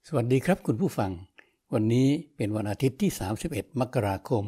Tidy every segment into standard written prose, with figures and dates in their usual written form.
สวัสดีครับคุณผู้ฟังวันนี้เป็นวันอาทิตย์ที่31มกราคม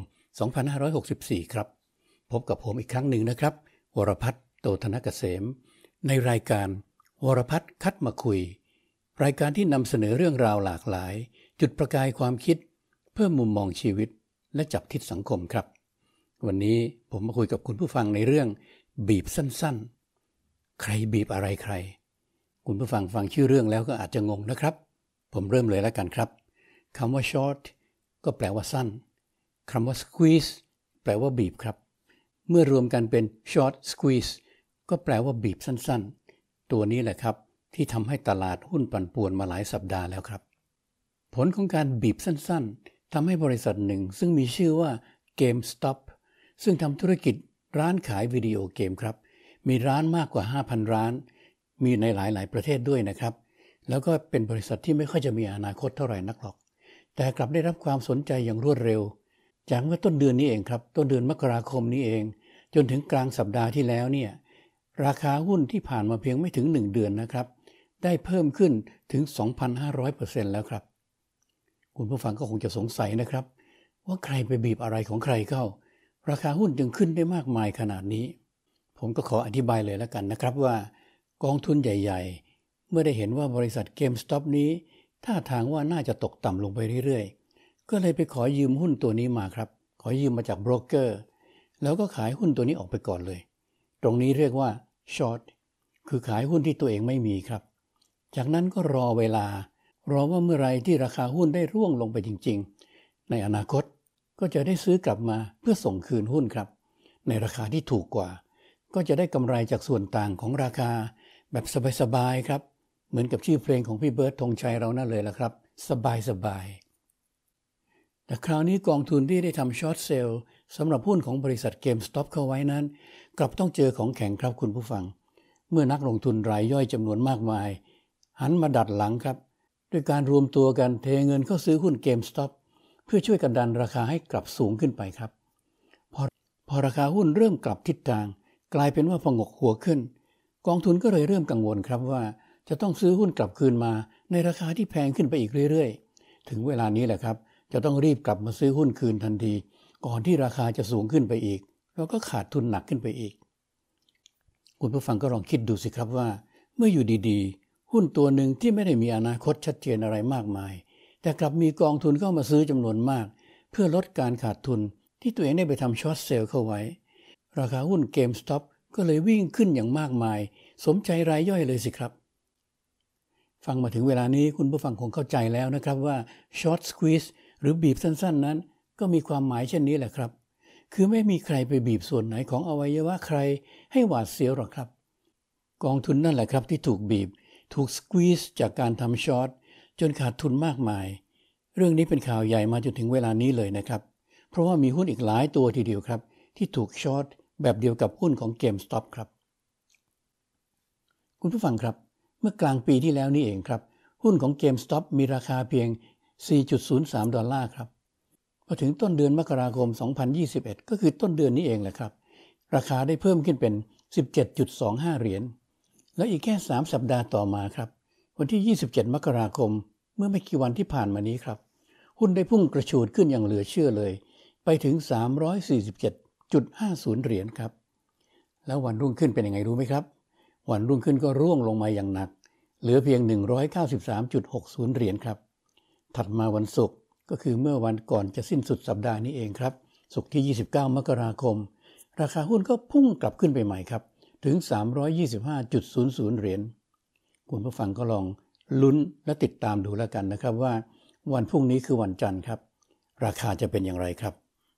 2564ครับพบกับผมอีกครั้งหนึ่งนะครับวรพัฒน์โตธนเกษมในรายการวรพัฒน์คัดมาคุยรายการที่นำเสนอเรื่องราวหลากหลายจุดประกายความคิดเพิ่มมุมมองชีวิตและจับทิศสังคมครับวันนี้ผมมาคุยกับคุณผู้ฟังในเรื่องบีบสั้นๆใครบีบอะไรใครคุณผู้ฟังฟังชื่อเรื่องแล้วก็อาจจะงงนะครับผมเริ่มเลยแล้วกันครับคำว่า short ก็แปลว่าสั้นคำว่า squeeze แปลว่าบีบครับเมื่อรวมกันเป็น short squeeze ก็แปลว่าบีบสั้นๆตัวนี้แหละครับที่ทำให้ตลาดหุ้นปั่นป่วนมาหลายสัปดาห์แล้วครับผลของการบีบสั้นๆทำให้บริษัทหนึ่งซึ่งมีชื่อว่า GameStop ซึ่งทำธุรกิจร้านขายวิดีโอเกมครับมีร้านมากกว่า 5,000 ร้านมีในหลายๆประเทศด้วยนะครับแล้วก็เป็นบริษัทที่ไม่ค่อยจะมีอนาคตเท่าไหร่นักหรอกแต่กลับได้รับความสนใจอย่างรวดเร็วจากเมื่อต้นเดือนนี้เองครับต้นเดือนมกราคมนี้เองจนถึงกลางสัปดาห์ที่แล้วเนี่ยราคาหุ้นที่ผ่านมาเพียงไม่ถึง1เดือนนะครับได้เพิ่มขึ้นถึง 2,500% แล้วครับคุณผู้ฟังก็คงจะสงสัยนะครับว่าใครไปบีบอะไรของใครเข้าราคาหุ้นจึงขึ้นได้มากมายขนาดนี้ผมก็ขออธิบายเลยแล้วกันนะครับว่ากองทุนใหญ่ๆเมื่อได้เห็นว่าบริษัท GameStop นี้ท่าทางว่าน่าจะตกต่ำลงไปเรื่อยๆก็เลยไปขอยืมหุ้นตัวนี้มาครับขอยืมมาจากโบรกเกอร์แล้วก็ขายหุ้นตัวนี้ออกไปก่อนเลยตรงนี้เรียกว่า short คือขายหุ้นที่ตัวเองไม่มีครับจากนั้นก็รอเวลารอว่าเมื่อไรที่ราคาหุ้นได้ร่วงลงไปจริงๆในอนาคตก็จะได้ซื้อกลับมาเพื่อส่งคืนหุ้นครับในราคาที่ถูกกว่าก็จะได้กำไรจากส่วนต่างของราคาแบบสบายๆครับเหมือนกับชื่อเพลงของพี่เบิร์ดธงชัยเรานั่นเลยล่ะครับสบายๆแต่คราวนี้กองทุนที่ได้ทำช็อตเซลล์สำหรับหุ้นของบริษัท GameStop เข้าไว้นั้นกลับต้องเจอของแข็งครับคุณผู้ฟังเมื่อนักลงทุนรายย่อยจำนวนมากมายหันมาดัดหลังครับด้วยการรวมตัวกันเทเงินเข้าซื้อหุ้น GameStop เพื่อช่วยกันดันราคาให้กลับสูงขึ้นไปครับพอราคาหุ้นเริ่มกลับทิศทางกลายเป็นว่าผงกหัวขึ้นกองทุนก็เลยเริ่มกังวลครับว่าจะต้องซื้อหุ้นกลับคืนมาในราคาที่แพงขึ้นไปอีกเรื่อยๆถึงเวลานี้แหละครับจะต้องรีบกลับมาซื้อหุ้นคืนทันทีก่อนที่ราคาจะสูงขึ้นไปอีกแล้วก็ขาดทุนหนักขึ้นไปอีกคุณผู้ฟังก็ลองคิดดูสิครับว่าเมื่ออยู่ดีๆหุ้นตัวหนึ่งที่ไม่ได้มีอนาคตชัดเจนอะไรมากมายแต่กลับมีกองทุนเข้ามาซื้อจำนวนมากเพื่อลดการขาดทุนที่ตัวเองได้ไปทำช็อตเซลล์เข้าไว้ราคาหุ้น GameStop ก็เลยวิ่งขึ้นอย่างมากมายสมใจรายย่อยเลยสิครับฟังมาถึงเวลานี้คุณผู้ฟังคงเข้าใจแล้วนะครับว่า short squeeze หรือบีบสั้นๆนั้นก็มีความหมายเช่นนี้แหละครับคือไม่มีใครไปบีบส่วนไหนของอวัยวะใครให้หวาดเสียวหรอกครับกองทุนนั่นแหละครับที่ถูกบีบถูก squeeze จากการทำช็อตจนขาดทุนมากมายเรื่องนี้เป็นข่าวใหญ่มาจนถึงเวลานี้เลยนะครับเพราะว่ามีหุ้นอีกหลายตัวทีเดียวครับที่ถูกช็อตแบบเดียวกับหุ้นของ GameStop ครับคุณผู้ฟังครับเมื่อกลางปีที่แล้วนี่เองครับหุ้นของ GameStop มีราคาเพียง $4.03 ครับพอถึงต้นเดือนมกราคม 2021 ก็คือต้นเดือนนี้เองแหละครับราคาได้เพิ่มขึ้นเป็น 17.25 เหรียญและอีกแค่3สัปดาห์ต่อมาครับวันที่27มกราคมเมื่อไม่กี่วันที่ผ่านมานี้ครับหุ้นได้พุ่งกระฉูดขึ้นอย่างเหลือเชื่อเลยไปถึง 347.50 เหรียญครับแล้ววันรุ่งขึ้นเป็นยังไงรู้ไหมครับวันรุ่งขึ้นก็ร่วงลงมาอย่างหนักเหลือเพียง 193.60 เหรียญครับถัดมาวันศุกร์ก็คือเมื่อวันก่อนจะสิ้นสุดสัปดาห์นี้เองครับศุกร์ที่29มกราคมราคาหุ้นก็พุ่งกลับขึ้นไปใหม่ครับถึง 325.00 เหรียญคุณผู้ฟังก็ลองลุ้นและติดตามดูแล้วกันนะครับว่าวันพรุ่งนี้คือวันจันทร์ครับราคาจะเป็นอย่างไรครับ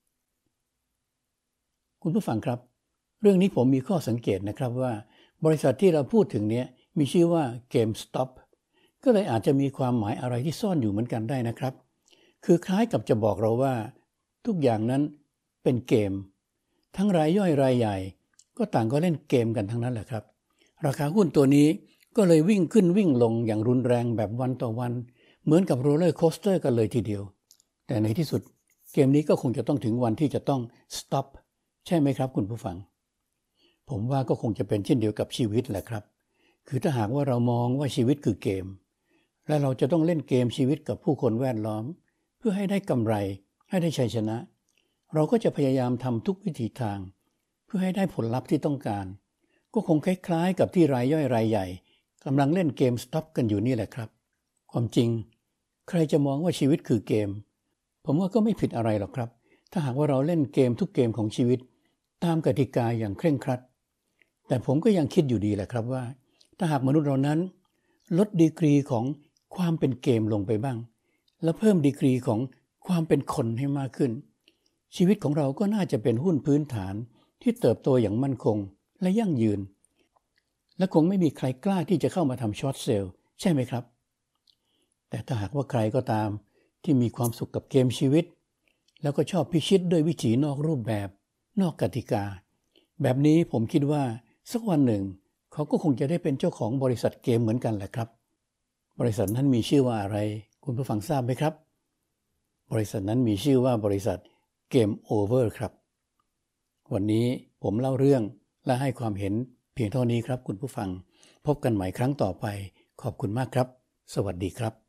คุณผู้ฟังครับเรื่องนี้ผมมีข้อสังเกตนะครับว่าบริษัทที่เราพูดถึงนี้มีชื่อว่า GameStop ก็เลยอาจจะมีความหมายอะไรที่ซ่อนอยู่เหมือนกันได้นะครับคือคล้ายกับจะบอกเราว่าทุกอย่างนั้นเป็นเกมทั้งรายย่อยรายใหญ่ก็ต่างก็เล่นเกมกันทั้งนั้นแหละครับราคาหุ้นตัวนี้ก็เลยวิ่งขึ้นวิ่งลงอย่างรุนแรงแบบวันต่อวันเหมือนกับโรลเลอร์โคสเตอร์กันเลยทีเดียวแต่ในที่สุดเกมนี้ก็คงจะต้องถึงวันที่จะต้อง stop ใช่ไหมครับคุณผู้ฟังผมว่าก็คงจะเป็นเช่นเดียวกับชีวิตแหละครับคือถ้าหากว่าเรามองว่าชีวิตคือเกมและเราจะต้องเล่นเกมชีวิตกับผู้คนแวดล้อมเพื่อให้ได้กำไรให้ได้ชัยชนะเราก็จะพยายามทำทุกวิถีทางเพื่อให้ได้ผลลัพธ์ที่ต้องการก็คงคล้ายๆกับที่รายย่อยรายใหญ่กำลังเล่นเกมสต็อปกันอยู่นี่แหละครับความจริงใครจะมองว่าชีวิตคือเกมผมว่าก็ไม่ผิดอะไรหรอกครับถ้าหากว่าเราเล่นเกมทุกเกมของชีวิตตามกติกาอย่างเคร่งครัดแต่ผมก็ยังคิดอยู่ดีแหละครับว่าถ้าหากมนุษย์เรานั้นลดดีกรีของความเป็นเกมลงไปบ้างแล้วเพิ่มดีกรีของความเป็นคนให้มากขึ้นชีวิตของเราก็น่าจะเป็นหุ้นพื้นฐานที่เติบโตอย่างมั่นคงและยั่งยืนและคงไม่มีใครกล้าที่จะเข้ามาทำช็อตเซลล์ใช่ไหมครับแต่ถ้าหากว่าใครก็ตามที่มีความสุขกับเกมชีวิตแล้วก็ชอบพิชิตด้วยวิถีนอกรูปแบบนอกกติกาแบบนี้ผมคิดว่าสักวันหนึ่งเขาก็คงจะได้เป็นเจ้าของบริษัทเกมเหมือนกันแหละครับบริษัทนั้นมีชื่อว่าอะไรคุณผู้ฟังทราบไหมครับบริษัทนั้นมีชื่อว่าบริษัทเกมโอเวอร์ครับวันนี้ผมเล่าเรื่องและให้ความเห็นเพียงเท่านี้ครับคุณผู้ฟังพบกันใหม่ครั้งต่อไปขอบคุณมากครับสวัสดีครับ